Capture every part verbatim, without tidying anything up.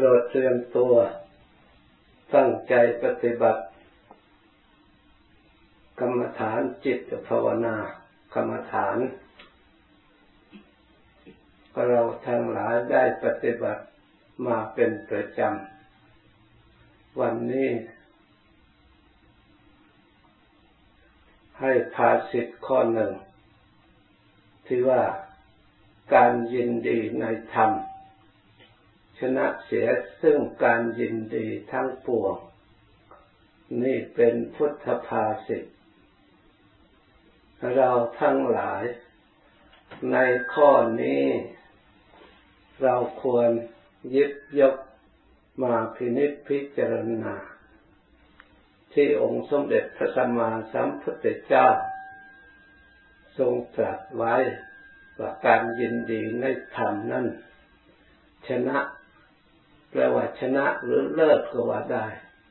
รดเตรียมตัวตั้งใจปฏิบัติกรรมฐานจิตภาวนากรรมฐานเราทั้งหลายได้ปฏิบัติมาเป็นประจำวันนี้ให้ภาษิตข้อหนึ่งที่ว่าการยินดีในธรรมชนะเสียซึ่งการยินดีทั้งปวงนี่เป็นพุทธภาษิตเราทั้งหลายในข้อนี้เราควรหยิบยกมาพินิจพิจารณาที่องค์สมเด็จพระสัมมาสัมพุทธเจ้าทรงตรัสไว้ว่าการยินดีในธรรมนั้นชนะแปลว่าชนะหรือเลิศก็ว่าได้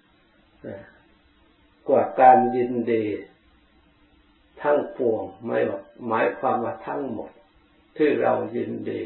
กว่าการยินดีทั้งปวงไม่หมายความว่าทั้งหมดที่เรายินดี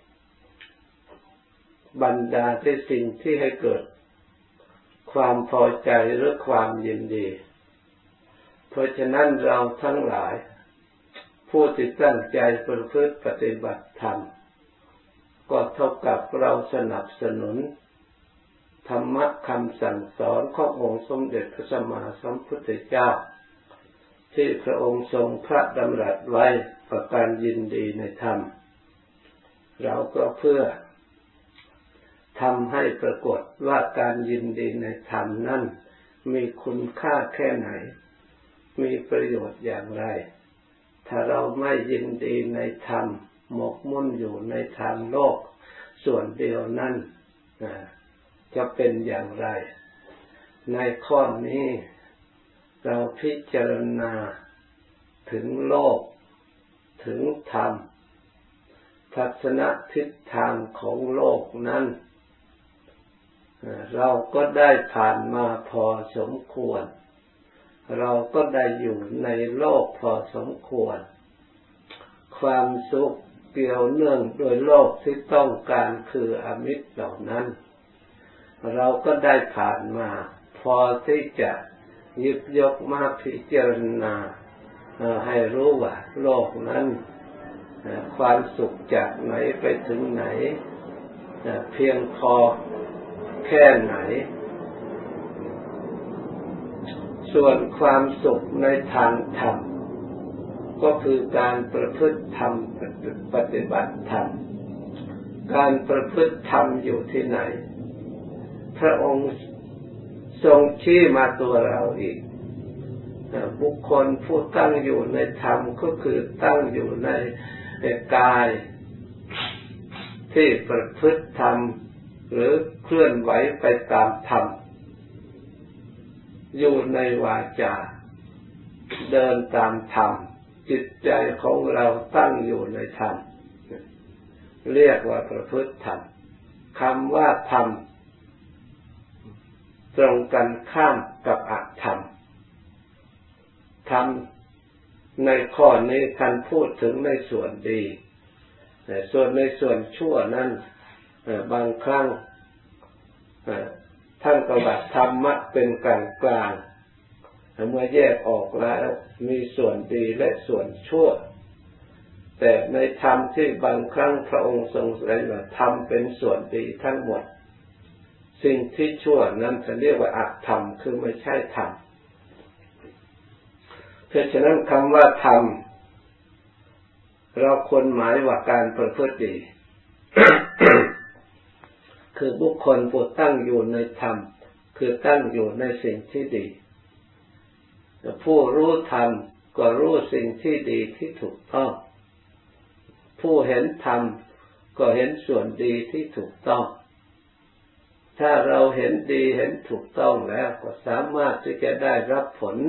บรรดาที่สิ่งที่ให้เกิดความพอใจหรือความยินดีเพราะฉะนั้นเราทั้งหลายผู้ที่ตั้งใจประพฤติปฏิบัติธรรมก็เท่ากับเราสนับสนุนธรรมะคำสั่งสอนขององค์สมเด็จพระสัมมาสัมพุทธเจ้าที่พระองค์ทรงพระดำรัสไว้ประการยินดีในธรรมเราก็เพื่อทำให้ปรากฏว่าการยินดีในธรรมนั้นมีคุณค่าแค่ไหนมีประโยชน์อย่างไรถ้าเราไม่ยินดีในธรรมหมกมุ่นอยู่ในทางโลกส่วนเดียวนั้นจะเป็นอย่างไรในข้อนี้เราพิจารณาถึงโลกถึงธรรมทัศนทิศทางของโลกนั้นเราก็ได้ผ่านมาพอสมควรเราก็ได้อยู่ในโลกพอสมควรความสุขเกี่ยวเนื่องโดยโลกที่ต้องการคืออมิตรเหล่านั้นเราก็ได้ผ่านมาพอที่จะหยิบยกมาพิจารณาให้รู้ว่าโลกนั้นความสุขจากไหนไปถึงไหนเพียงพอแค่ไหนส่วนความสุขในทางธรรมก็คือการประพฤติธรรมปฏิบัติธรรมการประพฤติธรรมอยู่ที่ไหนพระองค์ทรงชี้มาตัวเราอีกบุคคลผู้ตั้งอยู่ในธรรมก็คือตั้งอยู่ในกายที่ประพฤติธรรมหรือเคลื่อนไหวไปตามธรรมอยู่ในวาจาเดินตามธรรมจิตใจของเราตั้งอยู่ในธรรมเรียกว่าประพฤติธรรมคำว่าธรรมตรงกันข้ามกับอธรรมธรรมในข้อนี้ท่านพูดถึงในส่วนดีแต่ส่วนในส่วนชั่วนั้นบางครั้งท่านก็ว่าธรรมะเป็นกลางกลางเมื่อแยกออกแล้วมีส่วนดีและส่วนชั่วแต่ในธรรมที่บางครั้งพระองค์ทรงแสดงว่าธรรมเป็นส่วนดีทั้งหมดสิ่งที่ชั่วนั้นจะเรียกว่าอธรรมคือไม่ใช่ธรรมเพราะฉะนั้นคำว่าธรรมเราควรหมายว่าการประพฤติดี คือบุคคลผู้ตั้งอยู่ในธรรมคือตั้งอยู่ในสิ่งที่ดีผู้รู้ธรรมก็รู้สิ่งที่ดีที่ถูกต้องผู้เห็นธรรมก็เห็นส่วนดีที่ถูกต้องถ้าเราเห็นดีเห็นถูกต้องแล้วก็สามารถที่จะได้รับผล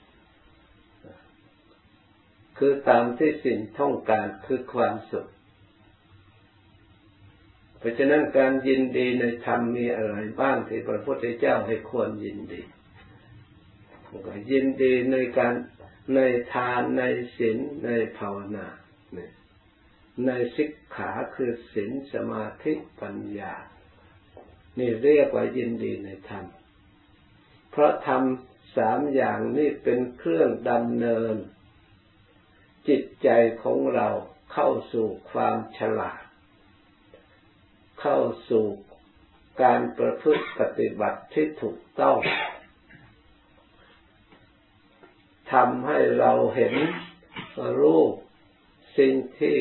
คือตามที่สิ่งต้องการคือความสุขเพราะฉะนั้นการยินดีในธรรมมีอะไรบ้างที่พระพุทธเจ้าให้ควรยินดีก็ยินดีในการในทานในศีลในภาวนาในสิกขาคือศีลสมาธิปัญญานี่เรียกว่ายินดีในธรรมเพราะธรรมสามอย่างนี้เป็นเครื่องดำเนินจิตใจของเราเข้าสู่ความฉลาดเข้าสู่การประพฤติปฏิบัติที่ถูกต้องทำให้เราเห็นรูปสิ่งที่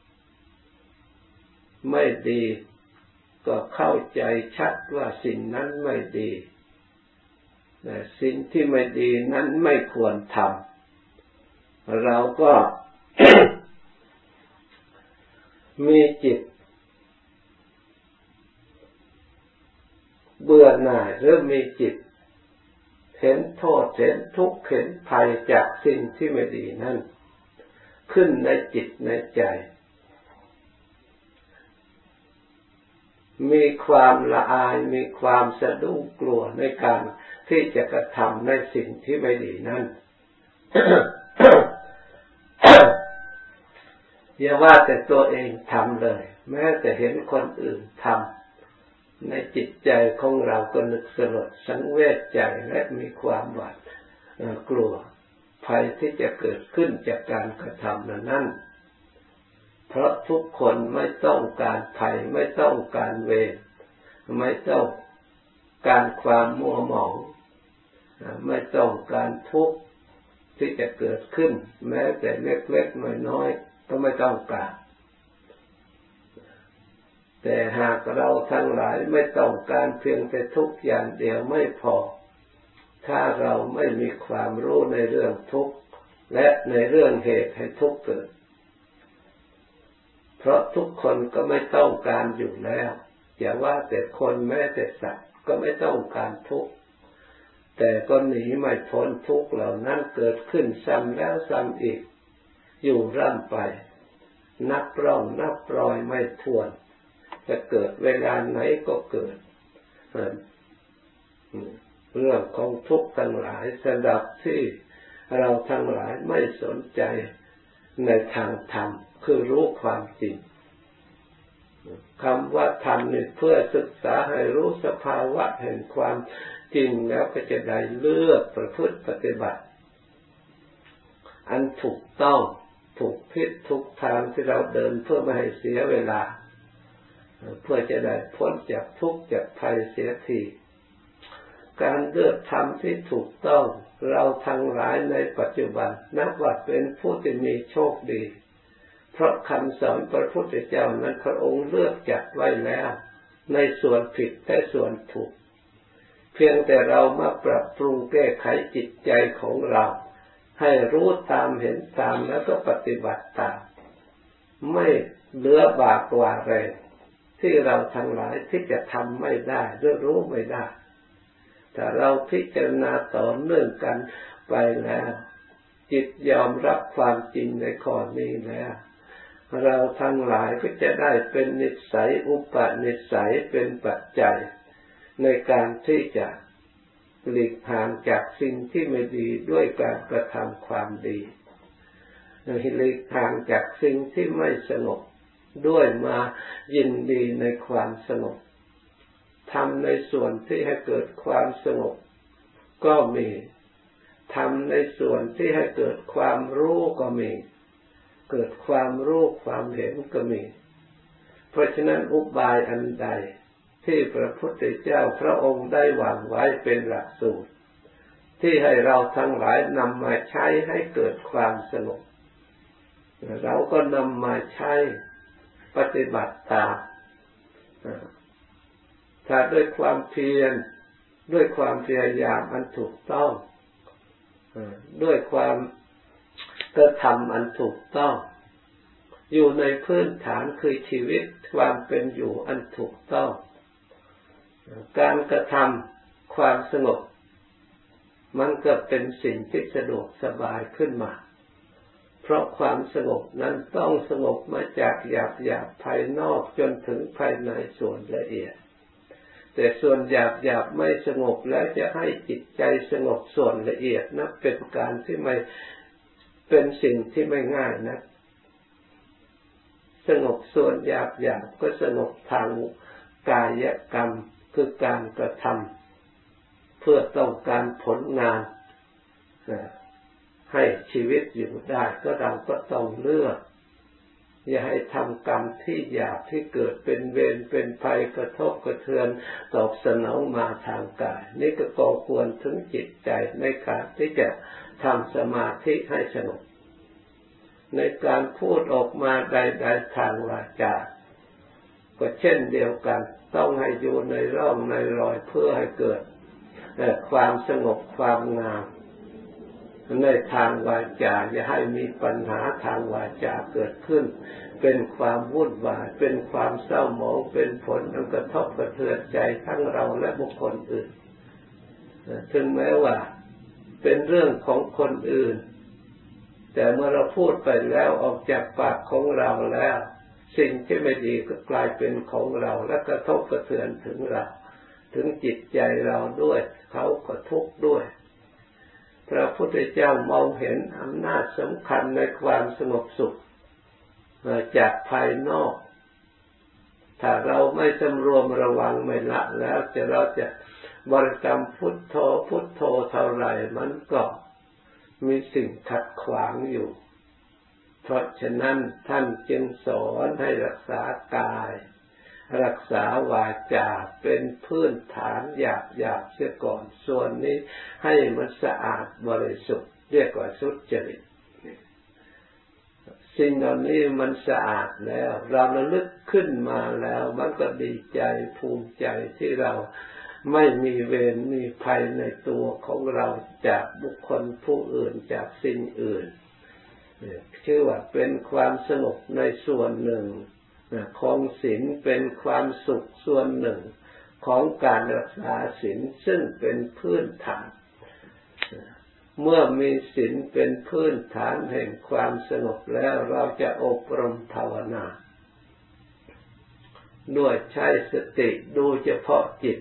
ไม่ดีก็เข้าใจชัดว่าสิ่งนั้นไม่ดีแต่สิ่งที่ไม่ดีนั้นไม่ควรทำเราก็ มีจิตเบื่อหน่ายหรือมีจิตเห็นโทษเห็นทุกข์เห็นภัยจากสิ่งที่ไม่ดีนั่นขึ้นในจิตในใจมีความละอายมีความสะดุ้งกลัวในการที่จะกระทำในสิ่งที่ไม่ดีนั่น อย่าว่าแต่ตัวเองทำเลยแม้แต่เห็นคนอื่นทำในจิตใจของเราก็นึกสลดสังเวชใจและมีความหวาดกลัวภัยที่จะเกิดขึ้นจากการกระทำนั้นเพราะทุกคนไม่ต้องการภัยไม่ต้องการเวรไม่ต้องการความมัวหมองไม่ต้องการทุกข์ที่จะเกิดขึ้นแม้แต่เล็กๆน้อยๆก็ไม่ต้องการแต่หากเราทั้งหลายไม่ต้องการเพียงแต่ทุกข์อย่างเดียวไม่พอถ้าเราไม่มีความรู้ในเรื่องทุกข์และในเรื่องเหตุให้ทุกข์เกิดเพราะทุกคนก็ไม่ต้องการอยู่แล้วอย่าว่าแต่คนแม้แต่สัตว์ก็ไม่ต้องการทุกข์แต่ก็หนีไม่พ้นทุกข์เหล่านั้นเกิดขึ้นซ้ำแล้วซ้ำอีกอยู่ร่ำไปนับร่องนับรอยไม่ถ้วนจะเกิดเวลาไหนก็เกิดเรื่องของทุกข์ทั้งหลายสำหรับที่เราทั้งหลายไม่สนใจในทางธรรมคือรู้ความจริงคำว่าธรรมนี่เพื่อศึกษาให้รู้สภาวะแห่งความจริงแล้วก็จะได้เลือกประพฤติปฏิบัติอันถูกต้องถูกทิศถูกทางที่เราเดินเพื่อไม่ให้เสียเวลาเพื่อจะได้พ้นจากทุกข์จากภัยเสียทีการเลือกธรรมที่ถูกต้องเราทั้งหลายในปัจจุบันนับว่าเป็นผู้ที่มีโชคดีเพราะคำสอนพระพุทธเจ้านั้นพระองค์เลือกจัดไว้แล้วในส่วนผิดและส่วนถูกเพียงแต่เรามาปรับปรุงแก้ไขจิตใจของเราให้รู้ตามเห็นตามแล้วก็ปฏิบัติตามไม่เหลือบากกว่าแรงที่เราทั้งหลายที่จะทำไม่ได้หรือรู้ไม่ได้แต่เราพิจารณาต่อเนื่องกันไปแล้วจิตยอมรับความจริงในข้อนี้แล้วเราทั้งหลายก็จะได้เป็นนิสัยอุปนิสัยเป็นปัจจัยในการที่จะหลีกห่างจากสิ่งที่ไม่ดีด้วยการกระทำความดีหลีกห่างจากสิ่งที่ไม่สงบด้วยมายินดีในความสงบทำในส่วนที่ให้เกิดความสงบก็มีทำในส่วนที่ให้เกิดความรู้ก็มีเกิดความรู้ความเห็นก็มีเพราะฉะนั้นอุบายอันใดที่พระพุทธเจ้าพระองค์ได้วางไว้เป็นหลักสูตรที่ให้เราทั้งหลายนำมาใช้ให้เกิดความสงบเราก็นำมาใช้ปฏิบัติตามถ้าด้วยความเพียรด้วยความพยายามอันถูกต้องด้วยความกระทำอันถูกต้องอยู่ในพื้นฐานคือชีวิตความเป็นอยู่อันถูกต้องการกระทำความสงบมันก็เป็นสิ่งที่สะดวกสบายขึ้นมาเพราะความสงบนั้นต้องสงบมาจากหยาบหยาบภายนอกจนถึงภายในส่วนละเอียดแต่ส่วนหยาบหยาบไม่สงบแล้วจะให้จิตใจสงบส่วนละเอียดนับเป็นการที่ไม่เป็นสิ่งที่ไม่ง่ายนะสงบส่วนหยาบหยาบก็สงบทางกายกรรมคือการกระทำเพื่อต้องการผลงานให้ชีวิตอยู่ได้ก็เราก็ต้องเลือกอย่าให้ทำกรรมที่หยาบที่เกิดเป็นเวรเป็นภัยกระทบกระเทือนตอบสนองมาทางกายนี่ก็ก่อควรถึงจิตใจในการที่จะทำสมาธิให้สงบในการพูดออกมาใดๆทางวาจาก็เช่นเดียวกันต้องให้อยู่ในร่องในรอยเพื่อให้เกิดความสงบความงามในทางวาจาอย่าให้มีปัญหาทางวาจาเกิดขึ้นเป็นความวุ่นวายเป็นความเศร้าหมองเป็นผลอันกระทบกระเทือนใจทั้งเราและบุคคลอื่นถึงแม้ว่าเป็นเรื่องของคนอื่นแต่เมื่อเราพูดไปแล้วออกจากปากของเราแล้วสิ่งที่ไม่ดีก็กลายเป็นของเราและกระทบกระเทือนถึงเราถึงจิตใจเราด้วยเขาก็ทุกข์ด้วยพระพุทธเจ้ามองเห็นอำนาจสำคัญในความสงบสุขจากภายนอกถ้าเราไม่สำรวมระวังไม่ละแล้วจะเราจะบริกรรมพุทโธพุทโธเท่าไหร่มันก็มีสิ่งขัดขวางอยู่เพราะฉะนั้นท่านจึงสอนให้รักษากายรักษาวาจาเป็นพื้นฐานหยาบๆเสียก่อนส่วนนี้ให้มันสะอาดบริสุทธิ์เรียกว่าสุจริตสิ่งเหล่านี้มันสะอาดแล้วเราระลึกขึ้นมาแล้วมันก็ดีใจภูมิใจที่เราไม่มีเวรมีภัยในตัวของเราจากบุคคลผู้อื่นจากสิ่งอื่นชื่อว่าเป็นความสงบในส่วนหนึ่งของศีลเป็นความสุขส่วนหนึ่งของการรักษาศีลซึ่งเป็นพื้นฐานเมื่อมีศีลเป็นพื้นฐานแห่งความสงบแล้วเราจะอบรมภาวนาด้วยใช้สติดูเฉพาะจิต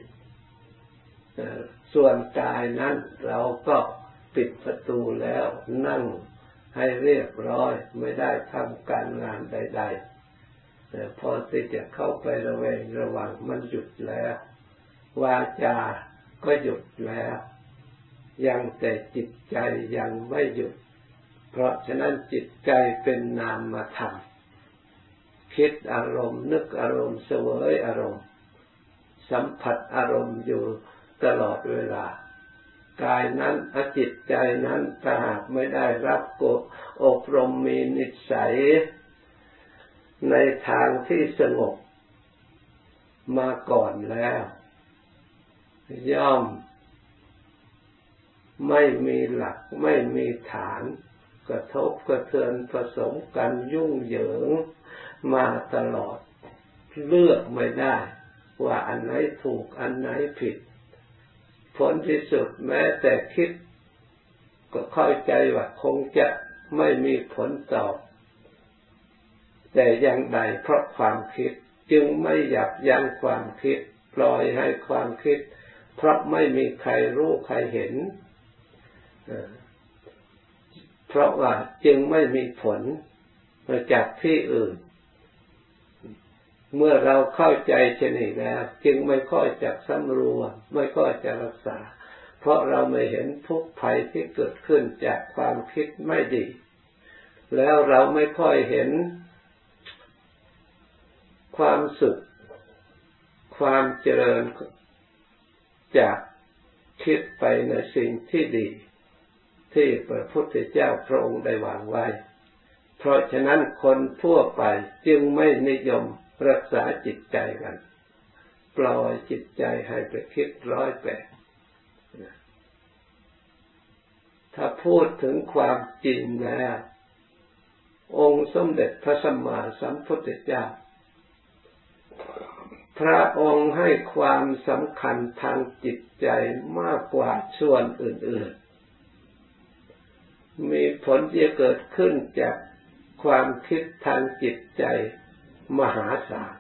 ส่วนกายนั้นเราก็ปิดประตูแล้วนั่งให้เรียบร้อยไม่ได้ทำการงานใดๆแต่พอที่จะเข้าไประแวงระวังมันหยุดแล้ววาจาก็หยุดแล้วยังแต่จิตใจยังไม่หยุดเพราะฉะนั้นจิตใจเป็นนามธรรมคิดอารมณ์นึกอารมณ์เสวยอารมณ์สัมผัสอารมณ์อยู่ตลอดเวลากายนั้นจิตใจนั้นถ้าหากไม่ได้รับอบรมมีนิสัยในทางที่สงบมาก่อนแล้วย่อมไม่มีหลักไม่มีฐานกระทบกระเทือนผสมกันยุ่งเหยิงมาตลอดเลือกไม่ได้ว่าอันไหนถูกอันไหนผิดผลที่สุดแม้แต่คิดก็เข้าใจว่าคงจะไม่มีผลตอบแต่อย่างใดเพราะความคิดจึงไม่ยับยั้งความคิดปล่อยให้ความคิดเพราะไม่มีใครรู้ใครเห็นเพราะว่าจึงไม่มีผลจากที่อื่นเมื่อเราเข้าใจเช่นนี้แล้วจึงไม่ค่อยจะสำรวมไม่ค่อยจะรักษาเพราะเราไม่เห็นทุกข์ภัยที่เกิดขึ้นจากความคิดไม่ดีแล้วเราไม่ค่อยเห็นความสุขความเจริญจากคิดไปในสิ่งที่ดีที่พระพุทธเจ้าพระองค์ได้วางไว้เพราะฉะนั้นคนทั่วไปจึงไม่นิยมรักษาจิตใจกันปล่อยจิตใจให้ไปคิดร้อยแปดถ้าพูดถึงความจริงแล้วองค์สมเด็จพระสัมมาสัมพุทธเจ้าพระองค์ให้ความสำคัญทางจิตใจมากกว่าส่วนอื่นๆมีผลที่เกิดขึ้นจากความคิดทางจิตใจมหาศาล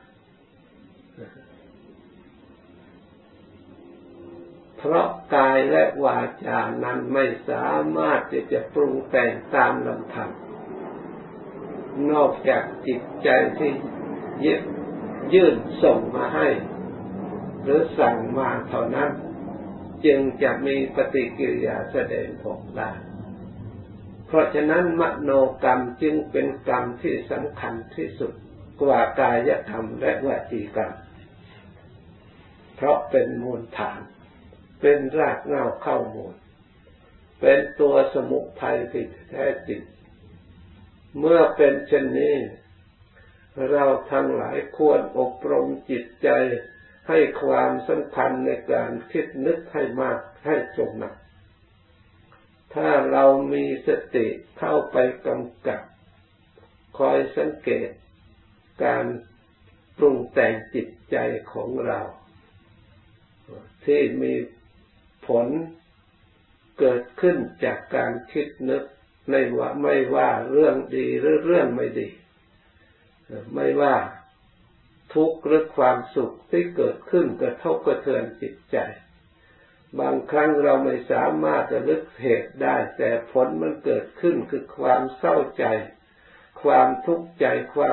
เพราะกายและวาจานั้นไม่สามารถที่จะปรุงแต่งตามลำพังนอกจากจิตใจที่ยื่นส่งมาให้หรือสั่งมาเท่านั้นจึงจะมีปฏิกิริยาแสดงผลได้เพราะฉะนั้นมโนกรรมจึงเป็นกรรมที่สำคัญที่สุดกว่ากายกรรมและวจีกรรมเพราะเป็นมูลฐานเป็นรากเหง้าเข้ามูลเป็นตัวสมุทัยที่แท้จริงเมื่อเป็นเช่นนี้เราทั้งหลายควรอบรมจิตใจให้ความสำคัญในการคิดนึกให้มากให้จงหนักถ้าเรามีสติเข้าไปกำกับคอยสังเกตการปรุงแต่งจิตใจของเราที่มีผลเกิดขึ้นจากการคิดนึกในว่าไม่ว่าเรื่องดีหรือเรื่องไม่ดีไม่ว่าทุกข์หรือความสุขที่เกิดขึ้นกระทบกระเทือนจิตใจบางครั้งเราไม่สามารถจะลึกเหตุได้แต่ผลมันเกิดขึ้นคือความเศร้าใจความทุกข์ใจความ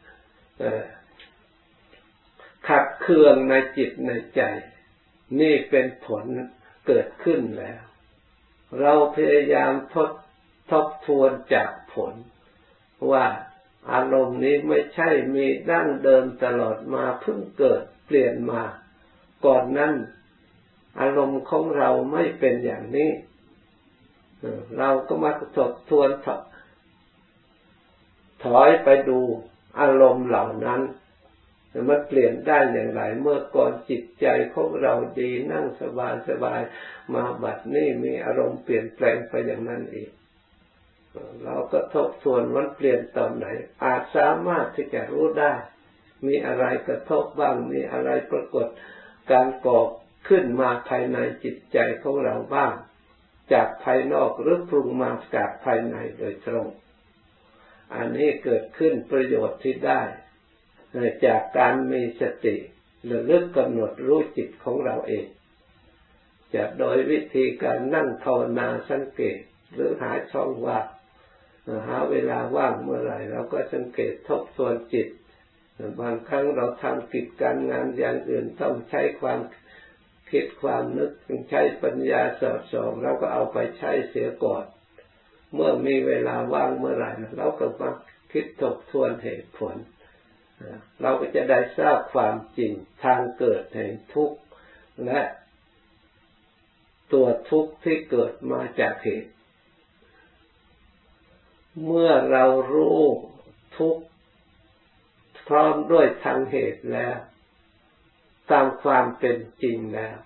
ขัดเคืองในจิตในใจนี่เป็นผลเกิดขึ้นแล้วเราพยายามทดทบทวนจากผลว่าอารมณ์นี้ไม่ใช่มีดั้งเดิมตลอดมาเพิ่งเกิดเปลี่ยนมาก่อนนั้นอารมณ์ของเราไม่เป็นอย่างนี้เราก็มาทบทวนถอยไปดูอารมณ์เหล่านั้นมันเปลี่ยนได้อย่างไรเมื่อก่อนจิตใจของเราดีนั่งสบายสบายมาบัดนี้มีอารมณ์เปลี่ยนแปลงไปอย่างนั้นเองเราก็ทบทวนมันเปลี่ยนตอนไหนอาจสามารถที่จะรู้ได้มีอะไรกระทบบ้างมีอะไรปรากฏการก่อขึ้นมาภายในจิตใจของเราบ้างจากภายนอกหรือปรุงมาจากภายในโดยตรงอันนี้เกิดขึ้นประโยชน์ที่ได้จากการมีสติระลึกกำหนดรู้จิตของเราเองจะโดยวิธีการนั่งภาวนาสังเกตหรือหาช่องว่างหาเวลาว่างเมื่อไหร่เราก็สังเกตทบทวนจิตบางครั้งเราทำกิจการงานอย่างอื่นต้องใช้ความคิดความนึกใช้ปัญญาสอดส่องเราก็เอาไปใช้เสียก่อนเมื่อมีเวลาว่างเมื่อไหร่เราก็มาคิดทบทวนเหตุผลเราก็จะได้ทราบความจริงทางเกิดแห่งทุกข์และตัวทุกข์ที่เกิดมาจากเหตุเมื่อเรารู้ทุกข์พร้อมด้วยทางเหตุแล้วตามความเป็นจริงแล้ว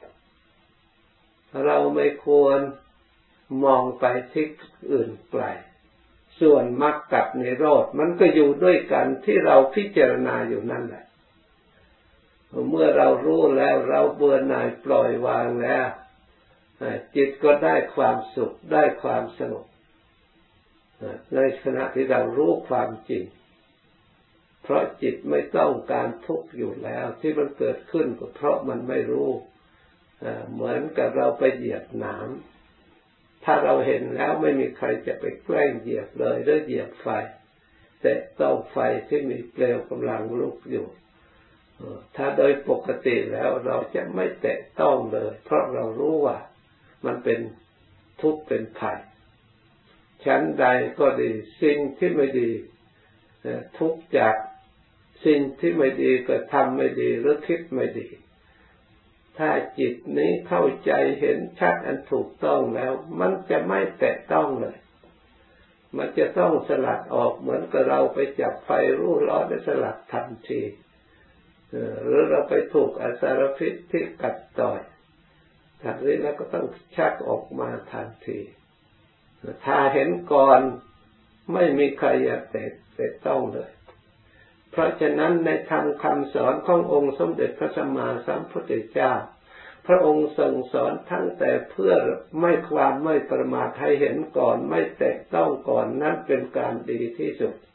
เราไม่ควรมองไปที่อื่นไกลส่วนมรรคกับนิโรธมันก็อยู่ด้วยกันที่เราพิจารณาอยู่นั่นแหละเมื่อเรารู้แล้วเราเบื่อหน่ายปล่อยวางแล้วจิตก็ได้ความสุขได้ความสงบในขณะที่เรารู้ความจริงเพราะจิตไม่ต้องการทุกข์อยู่แล้วที่มันเกิดขึ้นก็เพราะมันไม่รู้เหมือนกับเราไปเหยียบหนามถ้าเราเห็นแล้วไม่มีใครจะไปแกล้งเหยียบเลยหรือเหยียบไฟแต่ต้องไฟที่มีเปลวกำลังลุกอยู่ถ้าโดยปกติแล้วเราจะไม่แตะต้องเลยเพราะเรารู้ว่ามันเป็นทุกข์เป็นภัยชั้นใดก็ดีสิ่งที่ไม่ดีทุกข์จากสิ่งที่ไม่ดีก็ทำไม่ดีหรือคิดไม่ดีถ้าจิตนี้เข้าใจเห็นชัดอันถูกต้องแล้วมันจะไม่แตะต้องเลยมันจะต้องสลัดออกเหมือนกับเราไปจับไฟรู้ร้อนแล้วสลัดทันทีหรือเราไปถูกอสรพิษที่กัดต่อยทันทีแล้วก็ต้องชักออกมาทันทีถ้าเห็นก่อนไม่มีใครอยากแตะแตะต้องเลยเพราะฉะนั้นในธรรมคำสอนขององค์สมเด็จพระสัมมาสัมพุทธเจ้าพระองค์ทรงสอนทั้งแต่เพื่อไม่ความไม่ประมาทให้เห็นก่อนไม่แตะต้องก่อนนั้นเป็นการดีที่สุด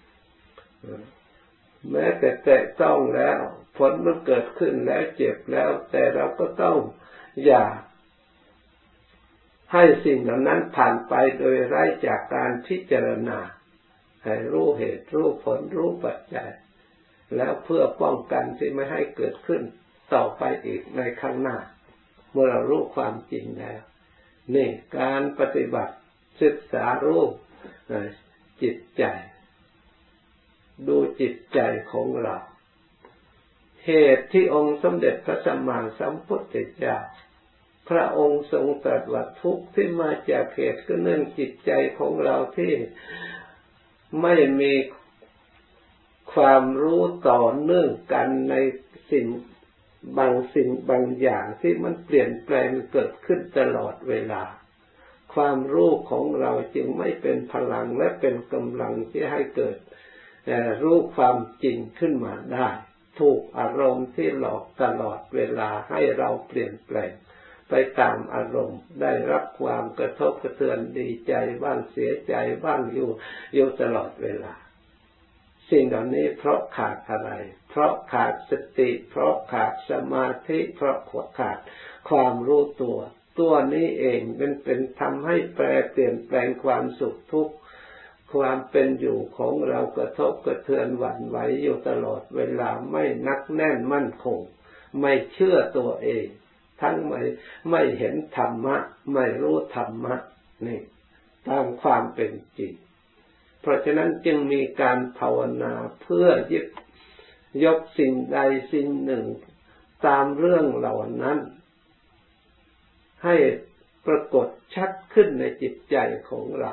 แม้แต่แตะต้องแล้วผลมันเกิดขึ้นแล้วเจ็บแล้วแต่เราก็ต้องอย่าให้สิ่งเหล่านั้นผ่านไปโดยไร้จากการพิจารณาให้รู้เหตุรู้ผลรู้ปัจจัยแล้วเพื่อป้องกันที่ไม่ให้เกิดขึ้นต่อไปอีกในข้างหน้าเมื่อเรารู้ความจริงแล้วนี่การปฏิบัติศึกษารู้จิตใจดูจิตใจของเราเหตุที่องค์สมเด็จพระสัมมาสัมพุทธเจ้าพระองค์ทรงตรัสว่าทุกข์ที่มาจากเหตุก็เนื่องจิตใจของเราที่ไม่มีความรู้ต่อเนื่องกันในสิ่งบางสิ่งบางอย่างที่มันเปลี่ยนแปลงเกิดขึ้นตลอดเวลาความรู้ของเราจึงไม่เป็นพลังและเป็นกำลังที่ให้เกิดรู้ความจริงขึ้นมาได้ถูกอารมณ์ที่หลอกตลอดเวลาให้เราเปลี่ยนแปลงไปตามอารมณ์ได้รับความกระทบกระเทือนดีใจบ้างเสียใจบ้างอยู่อยู่ตลอดเวลาสิ่งเหล่านี้เพราะขาดอะไรเพราะขาดสติเพราะขาดสมาธิเพราะขาดความรู้ตัวตัวนี้เองเป็นเป็นทำให้แปรเปลี่ยนแปลงความสุขทุกข์ความเป็นอยู่ของเรากระทบกระเทือนหวั่นไหวอยู่ตลอดเวลาไม่นักแน่นมั่นคงไม่เชื่อตัวเองทั้งไม่ไม่เห็นธรรมะไม่รู้ธรรมะนี่ตามความเป็นจริงเพราะฉะนั้นจึงมีการภาวนาเพื่อยึดยกสิ่งใดสิ่งหนึ่งตามเรื่องเหล่านั้นให้ปรากฏชัดขึ้นในจิตใจของเรา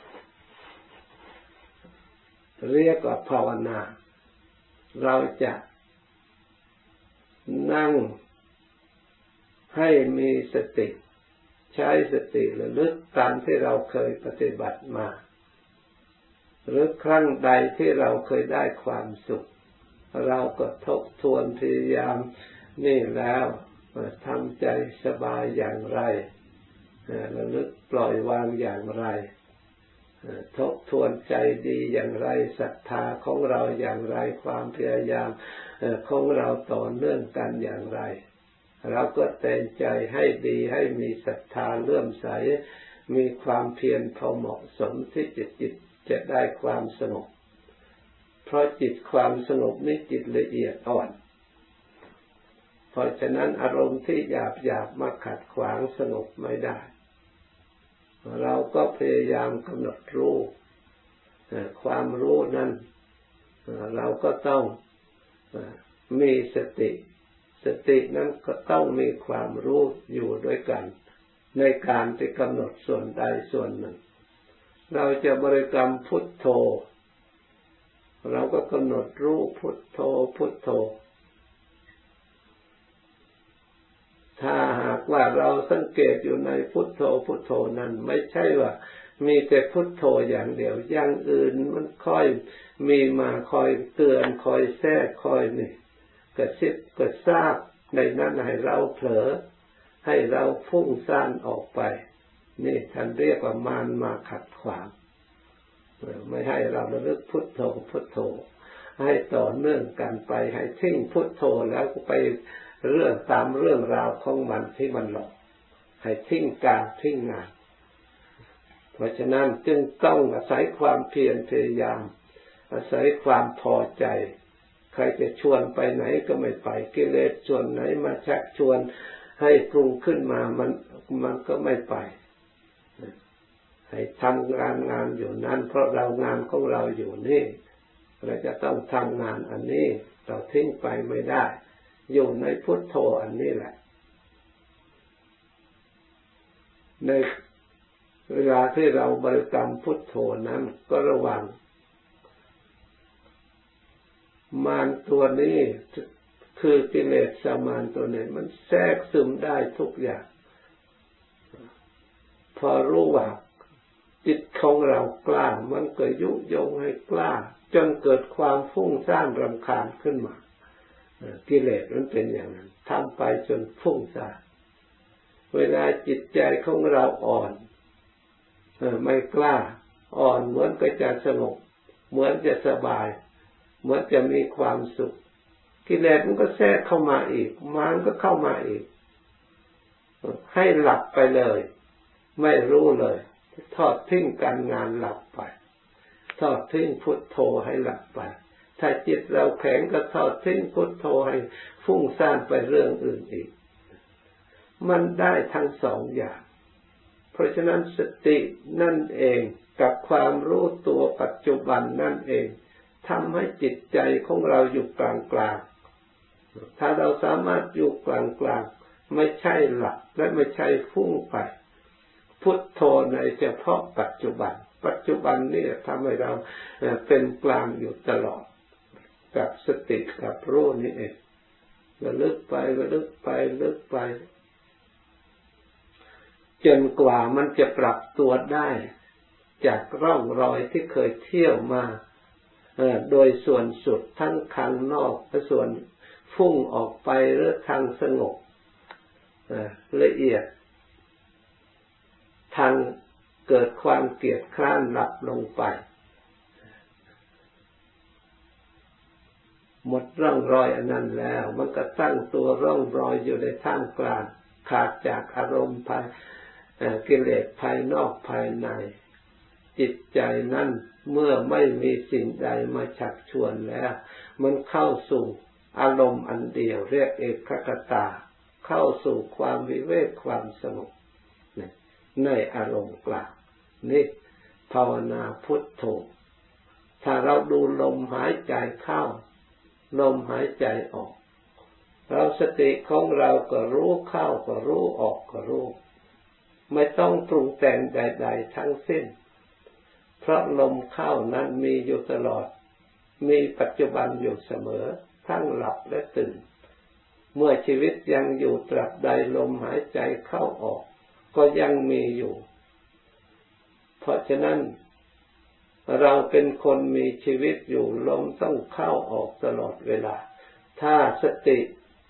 เรียกว่าภาวนาเราจะนั่งให้มีสติใช้สติระลึกตามที่เราเคยปฏิบัติมาหรือครั้งใดที่เราเคยได้ความสุขเราก็ทบทวนพยายามนี่แล้วทำใจสบายอย่างไรระลึกปล่อยวางอย่างไรทบทวนใจดีอย่างไรศรัทธาของเราอย่างไรความพยายามของเราต่อเนื่องกันอย่างไรเราก็เต็มใจให้ดีให้มีศรัทธาเลื่อมใสมีความเพียรพอเหมาะสมที่จิตจิตจะได้ความสงบเพราะจิตความสงบนี้จิตละเอียดอ่อนเพราะฉะนั้นอารมณ์ที่หยาบหยาบมาขัดขวางสงบไม่ได้เราก็พยายามกำหนดรู้ความรู้นั้นเราก็ต้องมีสติสตินั้นก็ต้องมีความรู้อยู่ด้วยกันในการที่กำหนดส่วนใดส่วนหนึ่งเราจะบริกรรมพุทโธเราก็กำหนดรู้พุทโธพุทโธถ้าหากว่าเราสังเกตอยู่ในพุทโธพุทโธนั้นไม่ใช่ว่ามีแต่พุทโธอย่างเดียวอย่างอื่นมันค่อยมีมาคอยเตือนคอยแทรกคอยนี่กระซิบกระซาบในนั้นให้เราเผลอให้เราฟุ้งซ่านออกไปนี่ท่านเรียกว่ามารมาขัดขวางไม่ให้เราระลึกพุทโธพุทโธให้ต่อเนื่องกันไปให้ทิ้งพุทโธแล้วก็ไปเรื่องตามเรื่องราวของมันที่มันหลอกให้ทิ้งการทิ้งงานเพราะฉะนั้นจึงต้องอาศัยความเพียรพยายามอาศัยความพอใจใครจะชวนไปไหนก็ไม่ไปกิเลสชวนไหนมาชักชวนให้ปรุงขึ้นมามันมันก็ไม่ไปให้ทำงานงานอยู่นั้นเพราะเรางานของเราอยู่นี่เราจะต้องทำงานอันนี้เราทิ้งไปไม่ได้อยู่ในพุทโธอันนี้แหละในเวลาที่เราบริกรรมพุทโธนั้นก็ระวังมารตัวนี้คือกิเลสมารตัวนี้มันแทรกซึมได้ทุกอย่างพอรู้ว่าจิตของเรากล้ามันก็ยุยงให้กล้าจนเกิดความฟุ้งซ่านรำคาญขึ้นมากิเลสมันเป็นอย่างนั้นทำไปจนฟุ้งซ่านเวลาจิตใจของเราอ่อนไม่กล้าอ่อนเหมือนก็จะสงบเหมือนจะสบายเหมือนจะมีความสุขกิเลสมันก็แทรกเข้ามาอีกมารก็เข้ามาอีกให้หลับไปเลยไม่รู้เลยทอดทิ้งการงานหลับไปทอดทิ้งพุทโธให้หลับไปถ้าจิตเราแข็งก็ทอดทิ้งพุทโธให้ฟุ้งซ่านไปเรื่องอื่นอีกมันได้ทั้งสองอย่างเพราะฉะนั้นสตินั่นเองกับความรู้ตัวปัจจุบันนั่นเองทำให้จิตใจของเราอยู่กลางกลางถ้าเราสามารถอยู่กลางกลางไม่ใช่หลับและไม่ใช่ฟุ้งไปพุทโธในเฉพาะปัจจุบันปัจจุบันนี่ทำให้เราเป็นกลางอยู่ตลอดกับสติกับรู้นี่เองระลึกไประลึกไประลึกไปจนกว่ามันจะปรับตัวได้จากร่องรอยที่เคยเที่ยวมาโดยส่วนสุดทั้งข้างนอกและส่วนฟุ้งออกไปหรือทางสงบละเอียดทางเกิดความเกียจคร้านหลับลงไปหมดร่องรอยอันนั้นแล้วมันก็ตั้งตัวร่องรอยอยู่ในท่ามกลางขาดจากอารมณ์ภายกิเลสภายนอกภายในจิตใจนั้นเมื่อไม่มีสิ่งใดมาชักชวนแล้วมันเข้าสู่อารมณ์อันเดียวเรียกเอกคตาเข้าสู่ความวิเวกความสงบในอารมณ์กลางนี่ภาวนาพุทโธถ้าเราดูลมหายใจเข้าลมหายใจออกเราสติของเราก็รู้เข้าก็รู้ออกก็รู้ไม่ต้องปรุงแต่งใดๆทั้งสิ้นเพราะลมเข้านั้นมีอยู่ตลอดมีปัจจุบันอยู่เสมอทั้งหลับและตื่นเมื่อชีวิตยังอยู่ตราบใดลมหายใจเข้าออกก็ยังมีอยู่เพราะฉะนั้นเราเป็นคนมีชีวิตอยู่ลมต้องเข้าออกตลอดเวลาถ้าสติ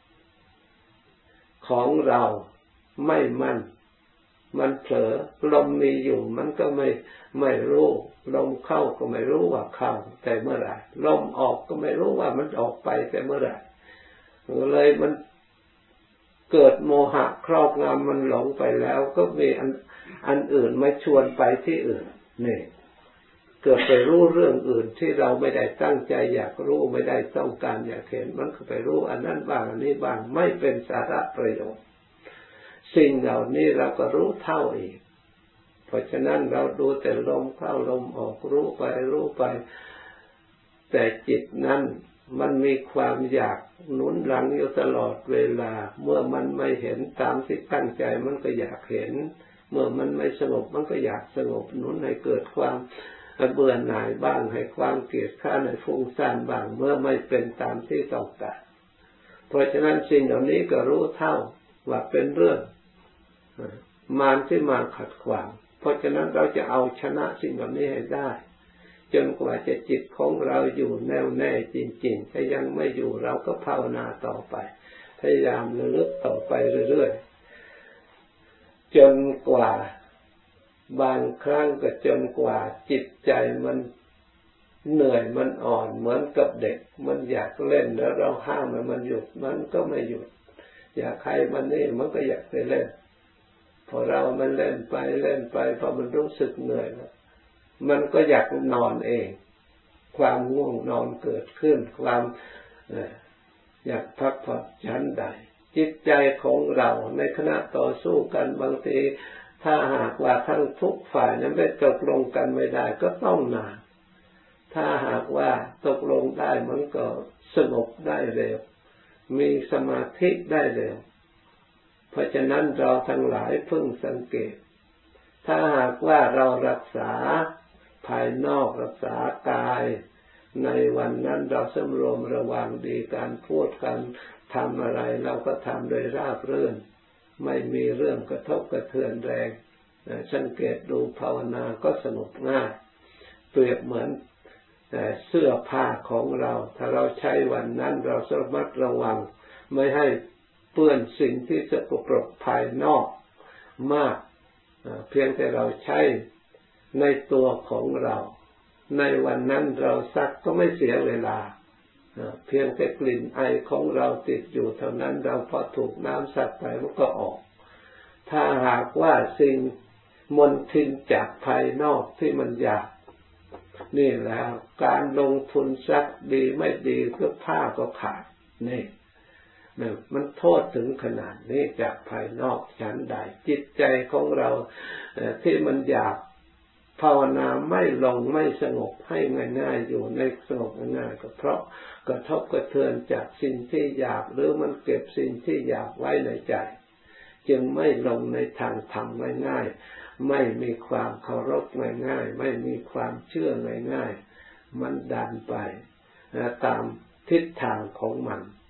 ของเราไม่มั่นมันเผลอลมมีอยู่มันก็ไม่ไม่รู้ลมเข้าก็ไม่รู้ว่าเข้าแต่เมื่อไหร่ลมออกก็ไม่รู้ว่ามันออกไปแต่เมื่อไหร่เลยมันเกิดโมหะครอบงำมันหลงไปแล้วก็มีอันอันอื่นมาชวนไปที่อื่นนี่เกิดไปรู้เรื่องอื่นที่เราไม่ได้ตั้งใจอยากรู้ไม่ได้ต้องการอยากเห็นมันก็ไปรู้อันนั้นบ้างอันนี้บ้างไม่เป็นสาระประโยชน์สิ่งเหล่านี้เราก็รู้เท่าอีกเพราะฉะนั้นเราดูแต่ลมเข้าลมออกรู้ไปรู้ไปแต่จิตนั้นมันมีความอยากหนุนหลังอยู่ตลอดเวลาเมื่อมันไม่เห็นตามที่ตั้งใจมันก็อยากเห็นเมื่อมันไม่สงบมันก็อยากสงบหนุนให้เกิดความเบื่อหน่ายบ้างให้ความเกลียดข้านให้ฟุ้งซ่านบ้างเมื่อไม่เป็นตามที่ต้องการเพราะฉะนั้นสิ่งเหล่านี้ก็รู้เท่าว่าเป็นเรื่องมารที่มาขัดขวางเพราะฉะนั้นเราจะเอาชนะสิ่งเหล่านี้ให้ได้จนกว่าจะจิตของเราอยู่แน่วแน่จริงๆถ้ายังไม่อยู่เราก็ภาวนาต่อไปพยายามระลึกต่อไปเรื่อยๆจนกว่าบางครั้งก็จนกว่าจิตใจมันเหนื่อยมันอ่อนเหมือนกับเด็กมันอยากเล่นแล้วเราห้ามให้มันหยุดมันก็ไม่หยุดอยากให้มันนี่มันก็อยากไปเล่นพอเรามันเล่นไปเล่นไปพอมันรู้สึกเหนื่อยแล้วมันก็อยากนอนเองความง่วงนอนเกิดขึ้นความอยากพักผ่อนชั้นใดจิตใจของเราในขณะต่อสู้กันบางทีถ้าหากว่าทั้งทุกฝ่ายนั้นไม่ตกลงกันไม่ได้ก็ต้องนานถ้าหากว่าตกลงได้มันก็สงบได้เร็วมีสมาธิได้เร็วเพราะฉะนั้นเราทั้งหลายพึงสังเกตถ้าหากว่าเรารักษาภายนอกรักษากายในวันนั้นเราสำรวมระวังดีการพูดการทำอะไรเราก็ทำโดยราบรื่นไม่มีเรื่องกระทบกระเทือนแรงสังเกตดูภาวนาก็สงบง่ายเปรียบเหมือนเสื้อผ้าของเราถ้าเราใช้วันนั้นเราสามารถระวังไม่ให้เปื้อนสิ่งที่สกปรกภายนอกมากเพียงแต่เราใช้ในตัวของเราในวันนั้นเราซักก็ไม่เสียเวลาเพียงแต่กลิ่นไอของเราติดอยู่เท่านั้นเราพอถูกน้ำซักไปมันก็ออกถ้าหากว่าสิ่งมลทินจากภายนอกที่มันหยาบนี่แล้วการลงทุนสักดีไม่ดีเสื้อผ้าก็ขาดนี่นี่มันโทษถึงขนาดนี้จากภายนอกชั้นใดจิตใจของเราที่มันอยากภาวนาไม่ลงไม่สงบให้ง่ายๆอยู่ในสงบง่ายๆก็เพราะกระทบกระเทือนจากสิ่งที่อยากหรือมันเก็บสิ่งที่อยากไว้ในใจจึงไม่ลงในทางธรรมง่ายๆไม่มีความเคารพง่ายๆไม่มีความเชื่อง่ายๆมันดันไปตามทิศทางของมัน